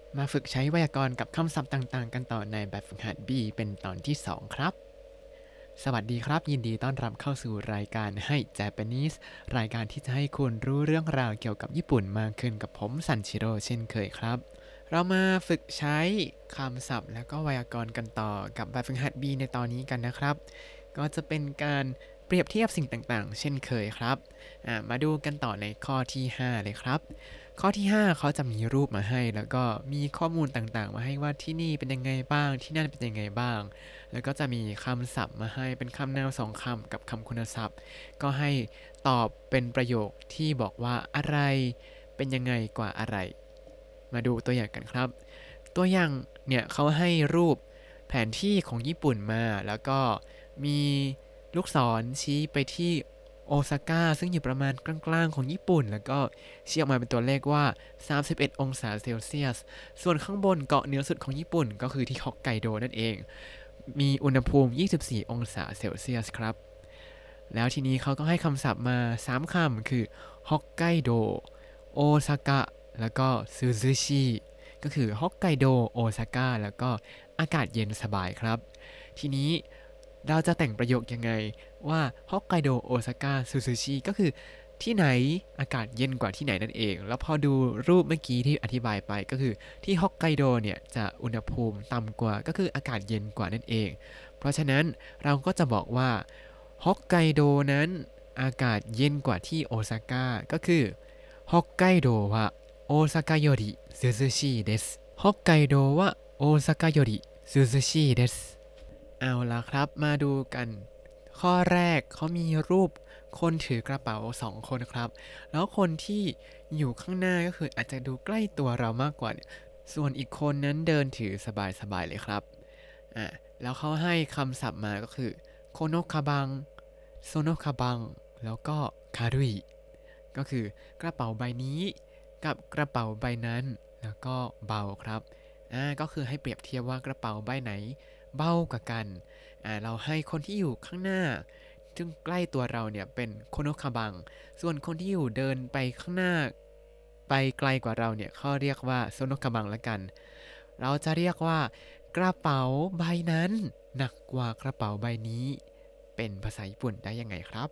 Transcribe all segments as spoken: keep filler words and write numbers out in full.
มาฝึกใช้ไวยากรณ์กับคำศัพท์ต่างๆกันต่อในแบบฝึกหัด B เป็นตอนที่สองครับสวัสดีครับยินดีต้อนรับเข้าสู่รายการให้ Japanese รายการที่จะให้คุณรู้เรื่องราวเกี่ยวกับญี่ปุ่นมากขึ้นกับผมซันชิโร่เช่นเคยครับเรามาฝึกใช้คำศัพท์และก็ไวยากรณ์กันต่อกับแบบฝึกหัด B ในตอนนี้กันนะครับก็จะเป็นการเปรียบเทียบสิ่งต่างๆเช่นเคยครับมาดูกันต่อในข้อที่ห้าเลยครับข้อที่ห้าเขาจะมีรูปมาให้แล้วก็มีข้อมูลต่างๆมาให้ว่าที่นี่เป็นยังไงบ้างที่นั่นเป็นยังไงบ้างแล้วก็จะมีคำศัพท์มาให้เป็นคำนามสองคำกับคำคุณศัพท์ก็ให้ตอบเป็นประโยคที่บอกว่าอะไรเป็นยังไงกว่าอะไรมาดูตัวอย่างกันครับตัวอย่างเนี่ยเขาให้รูปแผนที่ของญี่ปุ่นมาแล้วก็มีลูกศรชี้ไปที่โอซาก้าซึ่งอยู่ประมาณกลางๆของญี่ปุ่นแล้วก็ชี้ออกมาเป็นตัวเลขว่าสามสิบเอ็ดองศาเซลเซียสส่วนข้างบนเกาะเหนือสุดของญี่ปุ่นก็คือที่ฮอกไกโดนั่นเองมีอุณหภูมิยี่สิบสี่องศาเซลเซียสครับแล้วทีนี้เขาก็ให้คำศัพท์มาสามคำคือฮอกไกโดโอซากะแล้วก็ซูซูชิก็คือฮอกไกโดโอซาก้าแล้วก็อากาศเย็นสบายครับทีนี้เราจะแต่งประโยคยังไงว่าฮอกไกโดโอซาก้าซูซูชิก็คือที่ไหนอากาศเย็นกว่าที่ไหนนั่นเองแล้วพอดูรูปเมื่อกี้ที่อธิบายไปก็คือที่ฮอกไกโดเนี่ยจะอุณหภูมิต่ำกว่าก็คืออากาศเย็นกว่านั่นเองเพราะฉะนั้นเราก็จะบอกว่าฮอกไกโดนั้นอากาศเย็นกว่าที่โอซาก้าก็คือฮอกไกโดวะโอซาก้าโยริซูซูชิเดสฮอกไกโดวะโอซาก้าโยริซูซูชิเดสเอาละครับมาดูกันข้อแรกเขามีรูปคนถือกระเป๋าสองคนครับแล้วคนที่อยู่ข้างหน้าก็คืออาจจะดูใกล้ตัวเรามากกว่าส่วนอีกคนนั้นเดินถือสบายๆเลยครับอ่ะแล้วเขาให้คำศัพท์มาก็คือโคโนคาบังโซโนคาบังแล้วก็คารุยก็คือกระเป๋าใบนี้กับกระเป๋าใบนั้นแล้วก็เบาครับอ่าก็คือให้เปรียบเทียบว่ากระเป๋าใบไหนเบากว่ากันอ่าเราให้คนที่อยู่ข้างหน้าซึ่งใกล้ตัวเราเนี่ยเป็นโคโนคาบังส่วนคนที่อยู่เดินไปข้างหน้าไปไกลกว่าเราเนี่ยเขาเรียกว่าโซโนคาบังละกันเราจะเรียกว่ากระเป๋าใบนั้นหนักกว่ากระเป๋าใบนี้เป็นภาษาญี่ปุ่นได้ยังไงครับ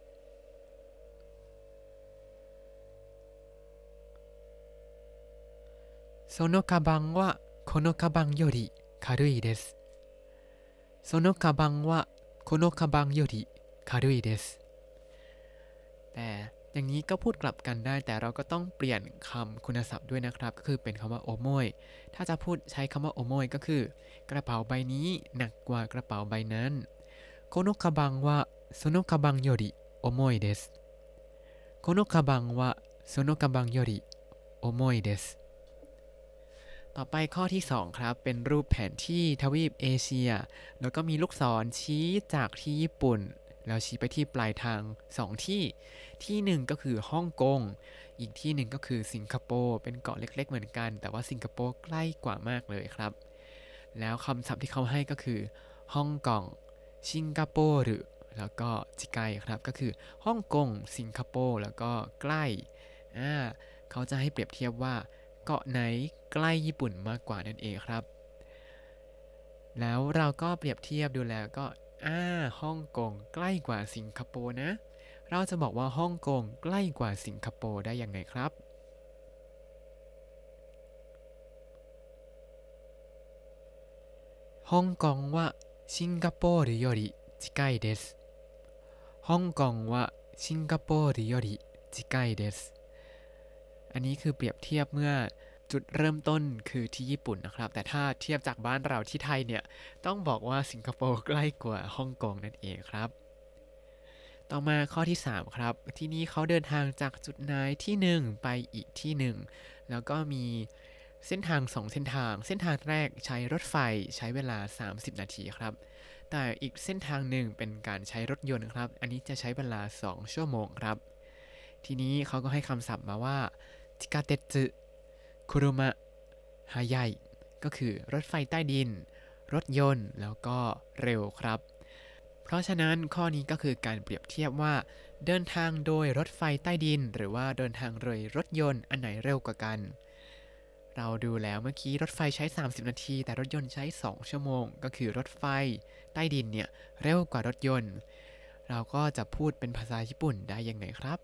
そのカバンはこのカバンより軽いですそのカバンはこのカバンより軽いですแต่อย่างนี้ก็พูดกลับกันได้แต่เราก็ต้องเปลี่ยนคำคุณศัพท์ด้วยนะครับก็คือเป็นคำว่าโอโมยถ้าจะพูดใช้คำว่าโอโมยก็คือกระเป๋าใบนี้หนักกว่ากระเป๋าใบนั้นこのカバンはそのカバンより重いですこのカバンはそのカバンより重いですต่อไปข้อที่สองครับเป็นรูปแผนที่ทวีปเอเชียแล้วก็มีลูกศรชี้จากที่ญี่ปุ่นแล้วชี้ไปที่ปลายทางสองที่ที่หนึ่งก็คือฮ่องกงอีกที่หนึ่งก็คือสิงคโปร์เป็นเกาะเล็กๆเหมือนกันแต่ว่าสิงคโปร์ใกล้กว่ามากเลยครับแล้วคำศัพท์ที่เขาให้ก็คือฮ่องกงสิงคโปร์แล้วก็จิไกครับก็คือฮ่องกงสิงคโปร์แล้วก็ใกล้อ่าเขาจะให้เปรียบเทียบว่าเกาะไหนใกล้ญี่ปุ่นมากกว่านั่นเองครับแล้วเราก็เปรียบเทียบดูแล้วก็อ่าฮ่องกงใกล้กว่าสิงคโปร์นะเราจะบอกว่าฮ่องกงใกล้กว่าสิงคโปร์ได้ยังไงครับฮ่องกงはシンガポールより近いですฮ่องกงはシンガポールより近いですอันนี้คือเปรียบเทียบเมื่อจุดเริ่มต้นคือที่ญี่ปุ่นนะครับแต่ถ้าเทียบจากบ้านเราที่ไทยเนี่ยต้องบอกว่าสิงคโปร์ใกล้กว่าฮ่องกงนั่นเองครับต่อมาข้อที่สามครับที่นี้เขาเดินทางจากจุดไหนที่หนึ่งไปอีกที่หนึ่งแล้วก็มีเส้นทางสองเส้นทางเส้นทางแรกใช้รถไฟใช้เวลาสามสิบนาทีครับแต่อีกเส้นทางหนึ่งเป็นการใช้รถยนต์ครับอันนี้จะใช้เวลาสองชั่วโมงครับทีนี้เขาก็ให้คำศัพท์มาว่าจิกาเตสึคุรุมะฮายายก็คือรถไฟใต้ดินรถยนต์แล้วก็เร็วครับเพราะฉะนั้นข้อนี้ก็คือการเปรียบเทียบว่าเดินทางโดยรถไฟใต้ดินหรือว่าเดินทางโดยรถยนต์อันไหนเร็วกว่ากันเราดูแล้วเมื่อกี้รถไฟใช้สามสิบนาทีแต่รถยนต์ใช้สองชั่วโมงก็คือรถไฟใต้ดินเนี่ยเร็วกว่ารถยนต์เราก็จะพูดเป็นภาษาญี่ปุ่นได้ยังไงครับ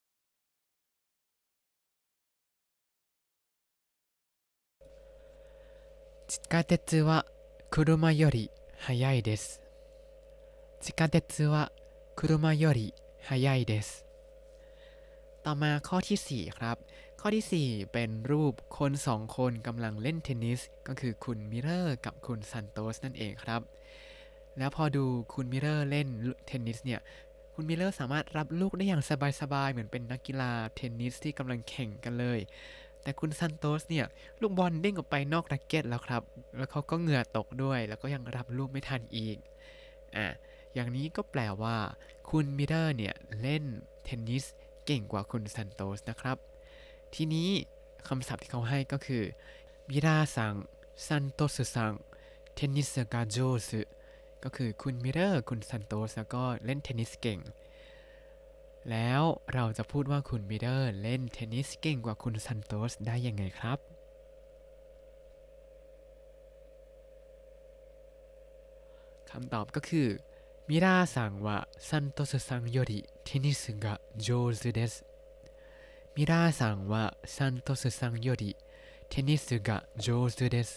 地下鉄は車より速いです地下鉄は車より速いですต่อมาข้อที่สี่ครับข้อที่สี่เป็นรูปคนสองคนกำลังเล่นเทนนิสก็คือคุณมิเรอร์กับคุณซันโตสนั่นเองครับแล้วพอดูคุณมิเรอร์เล่นเทนนิสเนี่ยคุณมิเรอร์สามารถรับลูกได้อย่างสบายๆเหมือนเป็นนักกีฬาเทนนิสที่กำลังแข่งกันเลยแต่คุณซันโตสเนี่ยลูกบอลเด้งออกไปนอกแร็คเก็ตแล้วครับแล้วเขาก็เหงื่อตกด้วยแล้วก็ยังรับลูกไม่ทันอีกอ่ะอย่างนี้ก็แปลว่าคุณมิเรอร์เนี่ยเล่นเทนนิสเก่งกว่าคุณซันโตสนะครับทีนี้คำศัพท์ที่เขาให้ก็คือมิราซังซันโตสซังเทนนิสกาโจสก็คือคุณมิเรอร์คุณซันโตสแล้วก็เล่นเทนนิสเก่งแล้วเราจะพูดว่าคุณมิเรอร์เล่นเทนนิสเก่งกว่าคุณซันโตสได้ยังไงครับคำตอบก็คือมิราซังว่าซันโตสซังよりテニスが上手ですミラーさんはサントスさんよりテニスが上手です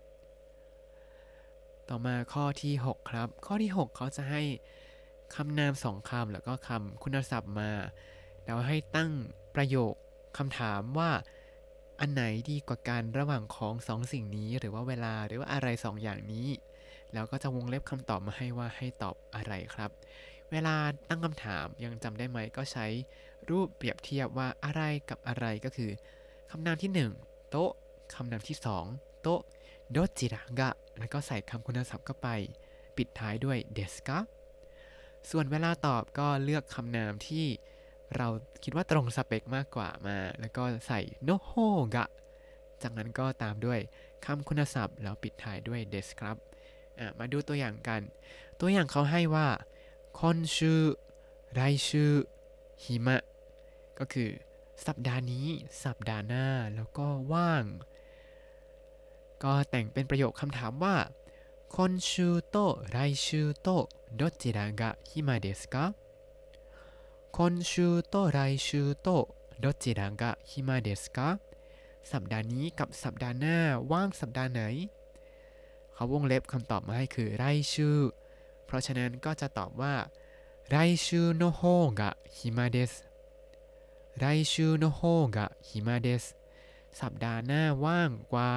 ต่อมาข้อที่หกครับข้อที่หกเขาจะให้คำนามสองคำแล้วก็คำคุณศัพท์มาแล้วให้ตั้งประโยคคำถามว่าอันไหนดีกว่ากันระหว่างของสองสิ่งนี้หรือว่าเวลาหรือว่าอะไรสองอย่างนี้แล้วก็จะวงเล็บคำตอบมาให้ว่าให้ตอบอะไรครับเวลาตั้งคำถามยังจำได้ไหมก็ใช้รูปเปรียบเทียบว่าอะไรกับอะไรก็คือคำนามที่หนึ่งโต๊ะคำนามที่สองโต๊ะโดจิระกะแล้วก็ใส่คำคุณศัพท์เข้าไปปิดท้ายด้วยเดสกะส่วนเวลาตอบก็เลือกคำนามที่เราคิดว่าตรงสเปคมากกว่ามาแล้วก็ใส่โนโฮกะจากนั้นก็ตามด้วยคำคุณศัพท์แล้วปิดท้ายด้วยเดสครับมาดูตัวอย่างกันตัวอย่างเขาให้ว่าคอนชูไรชูหิมะก็คือสัปดาห์นี้สัปดาห์หน้าแล้วก็ว่างก็แต่งเป็นประโยคคำถามว่า今週と来週とどちらが暇ですか今週と来週とどちらが暇ですかสัปดาห์นี้กับสัปดาห์หน้าว่างสัปดาห์ไหนเขาวงเล็บคำตอบมาให้คือไรชูเพราะฉะนั้นก็จะตอบว่า来週の方が暇です来週の方が暇ですสัปดาห์หน้าว่างกว่า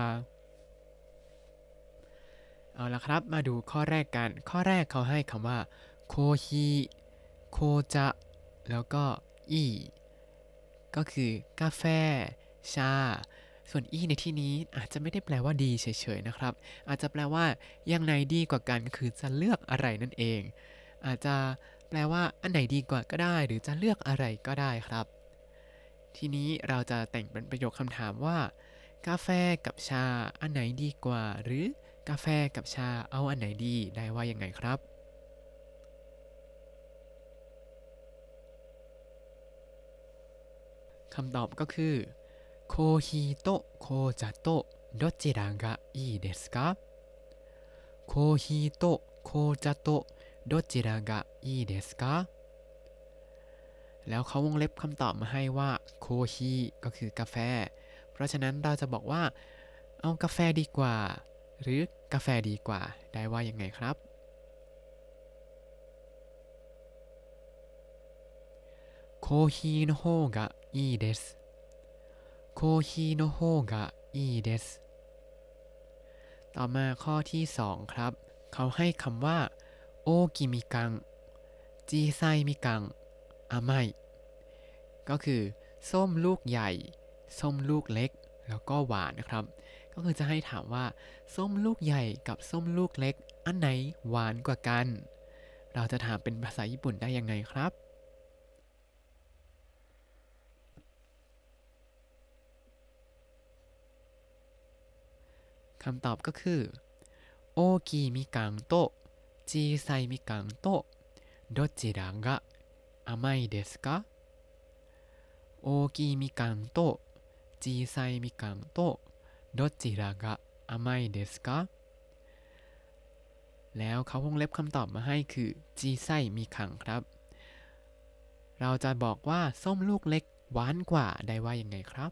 เอาละครับมาดูข้อแรกกันข้อแรกเขาให้คำว่าโคฮิโคจะแล้วก็อีก็คือกาแฟชาส่วนอีในที่นี้อาจจะไม่ได้แปลว่าดีเฉยๆนะครับอาจจะแปลว่าอย่างไหนดีกว่ากันคือจะเลือกอะไรนั่นเองอาจจะแปลว่าอันไหนดีกว่าก็ได้หรือจะเลือกอะไรก็ได้ครับทีนี้เราจะแต่งเป็นประโยคคำถามว่ากาแฟกับชาอันไหนดีกว่าหรือกาแฟกับชาเอาอันไหนดีได้ว่ายังไงครับคำตอบก็คือโคฮิโตะโคจะโตะどちらがいいですかโคฮิโตะโคจะโตะどちらがいいですかแล้วเขาวงเล็บคำตอบมาให้ว่าโคฮิก็คือกาแฟเพราะฉะนั้นเราจะบอกว่าเอากาแฟดีกว่าหรือกาแฟดีกว่าได้ว่ายังไงครับโคฮิの方がいいですโคฮิの方がいいですต่อมาข้อที่สองครับเขาให้คำว่าโอกิมิกังจีไซมิกังอาไมก็คือส้มลูกใหญ่ส้มลูกเล็กแล้วก็หวานนะครับก็คือจะให้ถามว่าส้มลูกใหญ่กับส้มลูกเล็กอันไหนหวานกว่ากันเราจะถามเป็นภาษาญี่ปุ่นได้ยังไงครับคำตอบก็คือโอกิมิกังโตจีไซมิกังโตどちらが甘いですか大きいみかんと小さいみかんとどちらが甘いですかแล้วเขาวงเล็บคำตอบมาให้คือจีไซมีขังครับเราจะบอกว่าส้มลูกเล็กหวานกว่าได้ว่ายังไงครับ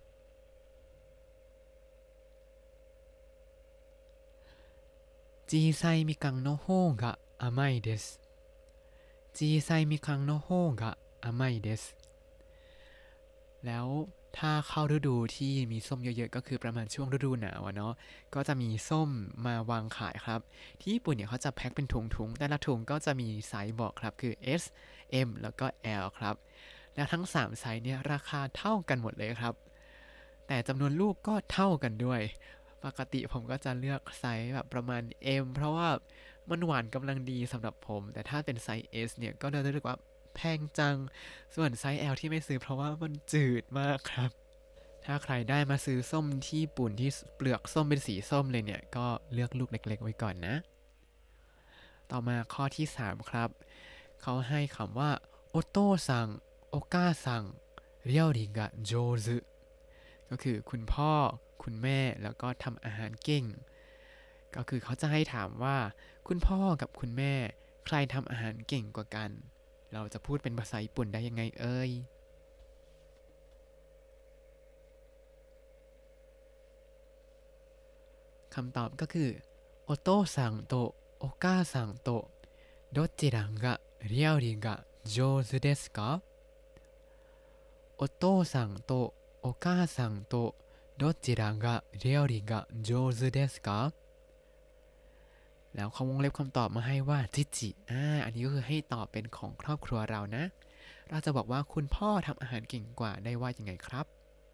จีไซมีขังโนโฮกะอาไมเดสจีไซมีขังโนโฮกะอาไมเดสแล้วถ้าเข้าฤดูที่มีส้มเยอะๆก็คือประมาณช่วงฤดูหนาวอะเนาะก็จะมีส้มมาวางขายครับที่ญี่ปุ่นเนี่ยเขาจะแพ็คเป็นถุงๆแต่ละถุงก็จะมีไซส์บอกครับคือ S M แล้วก็ L ครับแล้วทั้งสามไซส์เนี่ยราคาเท่ากันหมดเลยครับแต่จำนวนลูกก็เท่ากันด้วยปกติผมก็จะเลือกไซส์แบบประมาณ M เพราะว่ามันหวานกำลังดีสำหรับผมแต่ถ้าเป็นไซส์ S เนี่ยก็จะรู้สึกว่าแพงจังส่วนไซส์ L ที่ไม่ซื้อเพราะว่ามันจืดมากครับถ้าใครได้มาซื้อส้มที่ญี่ปุ่นที่เปลือกส้มเป็นสีส้มเลยเนี่ยก็เลือกลูกเล็กๆไว้ก่อนนะต่อมาข้อที่สามครับเขาให้คำว่าโอโต้ซังโอก้าซังเรียวริกะโจซึก็คือคุณพ่อคุณแม่แล้วก็ทำอาหารเก่งก็คือเขาจะให้ถามว่าคุณพ่อกับคุณแม่ใครทำอาหารเก่งกว่ากันเราจะพูดเป็นภาษาญี่ปุ่นได้ยังไงเอ่ยคำตอบก็คือโอโต้ซังโตโอก้าซังโตどちらが料理が上手ですかお父さんとお母さんとどちらが料理が上手ですかแล้วเขาวงเล็บคำตอบมาให้ว่าจิจิอ่าอันนี้ก็คือให้ตอบเป็นของครอบครัวเรานะเราจะบอกว่าคุณพ่อทำอาหารเก่งกว่าได้ว่ายังไงครับ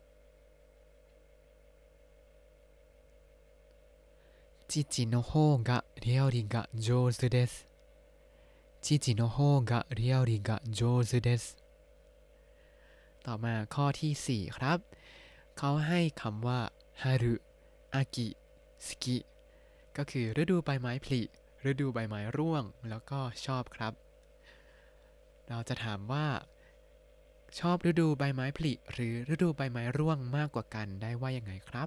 父の方が料理が上手です父の方が料理が上手ですต่อมาข้อที่สี่ครับเขาให้คำว่าฮารุอากิสกิก็คือฤดูใบไม้ผลิฤดูใบไม้ร่วงแล้วก็ชอบครับเราจะถามว่าชอบฤดูใบไม้ผลิหรือฤดูใบไม้ร่วงมากกว่ากันได้ว่ายังไงครับ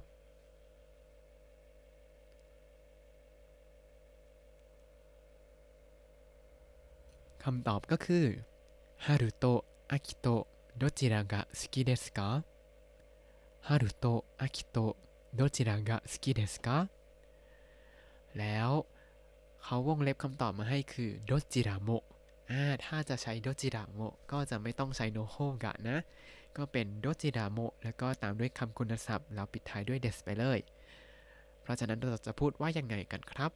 คำตอบก็คือฮารุโตะอากิโตะどちらが好きですか春と秋とどちらが好きですかแล้วเขาวงเล็บคำตอบมาให้คือโดจิราโมะอ่าถ้าจะใช้โดจิราโมะก็จะไม่ต้องใช้โนโฮกะนะก็เป็นโดจิราโมะแล้วก็ตามด้วยคำคุณศัพท์แล้วปิดท้ายด้วยเดสไปเลยเพราะฉะนั้นเราจะพูดว่ายังไงกันครับ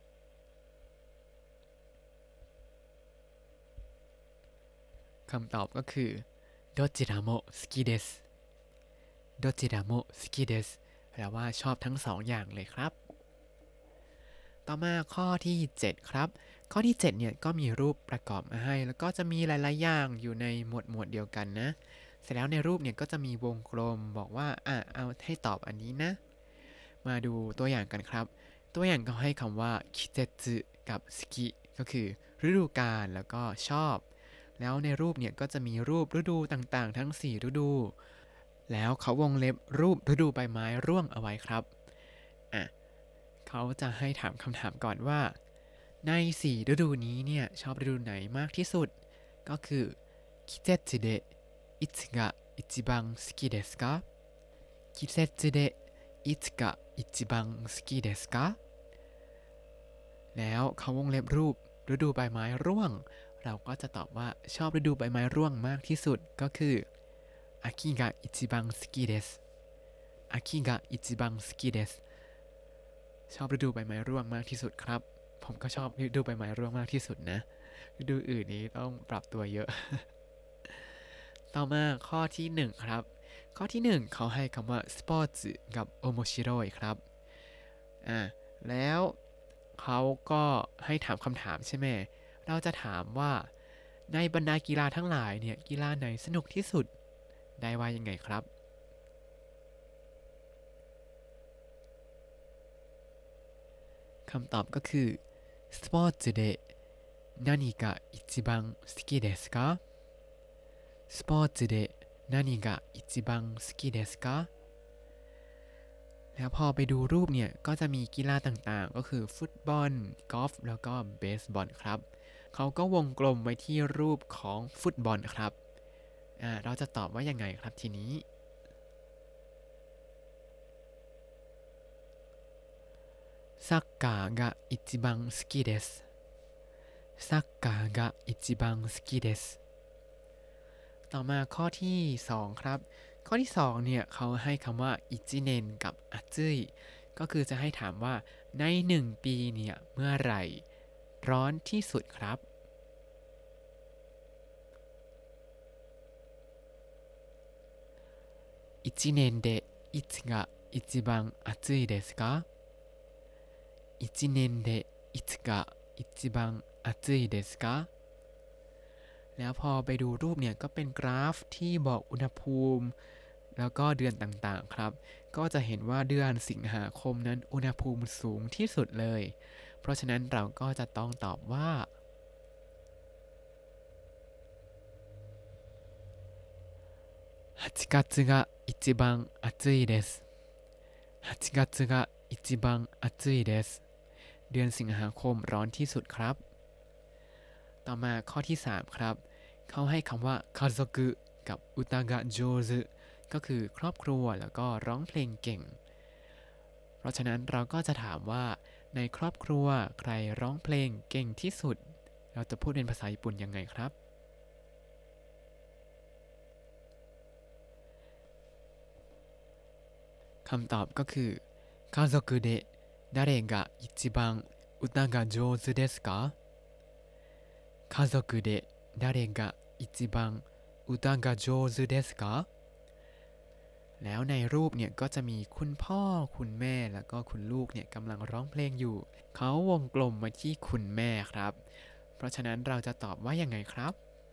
คำตอบก็คือโดจิราโมะสกิเดสโดจิราโมะสกิเดสแปลว่าชอบทั้งสองอย่างเลยครับต่อมาข้อที่เจ็ดครับข้อที่เจ็ดเนี่ยก็มีรูปประกอบมาให้แล้วก็จะมีหลายๆอย่างอยู่ในหมวดหมวดเดียวกันนะเสร็จแล้วในรูปเนี่ยก็จะมีวงกลมบอกว่าอ่ะเอาให้ตอบอันนี้นะมาดูตัวอย่างกันครับตัวอย่างก็ให้คำว่าคิเจสึกับสกิก็คือฤดูกาลแล้วก็ชอบแล้วในรูปเนี่ยก็จะมีรูปฤดูต่างๆทั้งสี่ฤดูแล้วเขาวงเล็บรูปฤดูใบไม้ร่วงเอาไว้ครับอ่ะเขาจะให้ถามคำถามก่อนว่าในสี่ฤดูนี้เนี่ยชอบฤดูไหนมากที่สุดก็คือคิเจสึเดะいつが一番好きですか季節でいつが一番好きですかแล้วเขาวงเล็บรูปฤดูใบไม้ร่วงเราก็จะตอบว่าชอบฤดูใบไม้ร่วงมากที่สุดก็คือ秋が一番好きです秋が一番好きですชอบฤดูใบไม้ร่วงมากที่สุดครับผมก็ชอบฤดูใบไม้ร่วงมากที่สุดนะฤดูอื่นนี้ต้องปรับตัวเยอะ ต่อมาข้อที่หนึ่งครับข้อที่หนึ่งเขาให้คำว่าสปอร์ตกับโอโมชิโร่ครับอ่าแล้วเขาก็ให้ถามคำถามใช่ไหมเราจะถามว่าในบรรดากีฬาทั้งหลายเนี่ยกีฬาไหนสนุกที่สุดได้ว่ายังไงครับคำตอบก็คือสปอร์ตで何が一番好きですかスポーツで何が一番好きですかแล้วพอไปดูรูปเนี่ยก็จะมีกีฬาต่างๆก็คือฟุตบอลกอล์ฟแล้วก็เบสบอลครับเขาก็วงกลมไว้ที่รูปของฟุตบอลครับอ่าเราจะตอบว่ายังไงครับทีนี้サッカーが一番好きですサッカーが一番好きですต่อมาข้อที่สองครับข้อที่สองเนี่ยเขาให้คำว่าอิจิเนนกับอัจึยก็คือจะให้ถามว่าในหนึ่งปีเนี่ยเมื่อไหร่ร้อนที่สุดครับいちねんでいつが一番暑いですかいちねんでいつが一番暑いですかแล้วพอไปดูรูปเนี่ยก็เป็นกราฟที่บอกอุณหภูมิแล้วก็เดือนต่างๆครับก็จะเห็นว่าเดือนสิงหาคมนั้นอุณหภูมิสูงที่สุดเลยเพราะฉะนั้นเราก็จะต้องตอบว่าはちがつが一番暑いですはちがつが一番暑いですเดือนสิงหาคมร้อนที่สุดครับต่อมาข้อที่สามครับเขาให้คำว่าคาโซกุกับอุตากะโจซึก็คือครอบครัวแล้วก็ร้องเพลงเก่งเพราะฉะนั้นเราก็จะถามว่าในครอบครัวใครร้องเพลงเก่งที่สุดเราจะพูดเป็นภาษาญี่ปุ่นยังไงครับคำตอบก็คือ家族で誰が一番歌が上手ですか家族で誰が一番歌が上手ですかแล้วในรูปเนี่ยก็จะมีคุณพ่อคุณแม่แล้วก็คุณลูกเนี่ยกำลังร้องเพลงอยู่เขาวงกลมมาที่คุณแม่ครับเพราะฉะนั้นเราจะตอบว่ายังไงครับ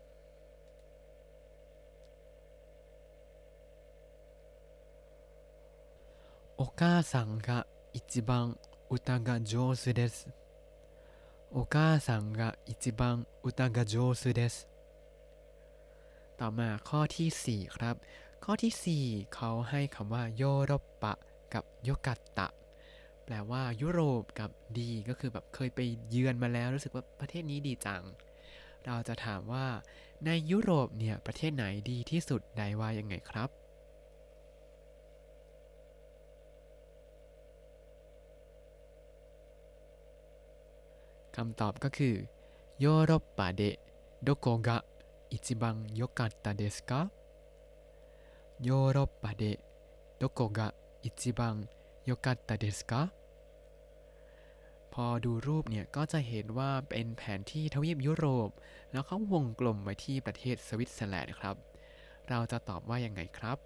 お母さんが一番歌が上手ですお母さんが一番歌が上手ですต่อมาข้อที่สี่ครับข้อที่สี่เขาให้คำว่าโยโรปปะกับโยกัตตะแปลว่ายุโรปกับดีก็คือแบบเคยไปเยือนมาแล้วรู้สึกว่าประเทศนี้ดีจังเราจะถามว่าในยุโรปเนี่ยประเทศไหนดีที่สุดได้ว่ายังไงครับคำตอบก็คือโยโรปปะเดะโดโกกะอิจิบังโยกัตตะเดสกะヨーロッパでどこが一番良かったですかพอดูรูปเนี่ยก็จะเห็นว่าเป็นแผนที่ทวีปยุโรปแล้วเขาวงกลมไว้ที่ประเทศสวิตเซอร์แลนด์ครับเราจะตอบว่ายังไงครับ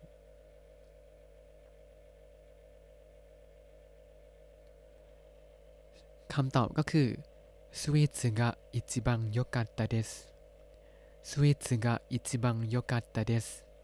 คำตอบก็คือスイーツが一番良かったですスイーツが一番良かったです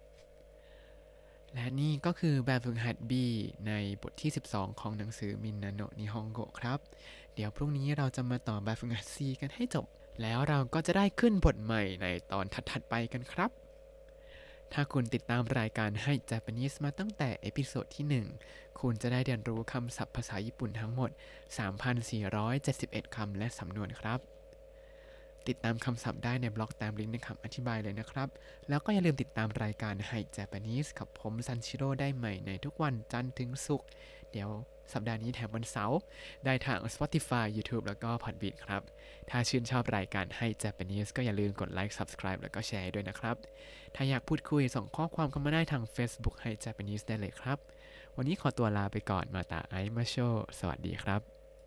และนี่ก็คือแบบฝึกหัด B ในบทที่สิบสองของหนังสือมินนาโนะนิฮงโกะครับเดี๋ยวพรุ่งนี้เราจะมาต่อแบบฝึกหัด C กันให้จบแล้วเราก็จะได้ขึ้นบทใหม่ในตอนถัดๆไปกันครับถ้าคุณติดตามรายการให้ Japanese มาตั้งแต่เอพิโซดที่หนึ่งคุณจะได้เรียนรู้คำศัพท์ภาษาญี่ปุ่นทั้งหมด สามพันสี่ร้อยเจ็ดสิบเอ็ด คำและสำนวนครับติดตามคำศัพท์ได้ในบล็อกตามลิงก์ในคำอธิบายเลยนะครับแล้วก็อย่าลืมติดตามรายการให้ Japanese กับผมซันชิโร่ได้ใหม่ในทุกวันจันทร์ถึงศุกร์เดี๋ยวสัปดาห์นี้แถมวันเสาร์ได้ทาง Spotify YouTube แล้วก็ Podbean ครับถ้าชื่นชอบรายการให้ Japanese ก็อย่าลืมกดไลค์ Subscribe แล้วก็แชร์ด้วยนะครับถ้าอยากพูดคุยส่งข้อความเข้ามาได้ทาง Facebook ให้ Japanese ได้เลยครับวันนี้ขอตัวลาไปก่อนมาตาไอมาโชสวัสดีครับ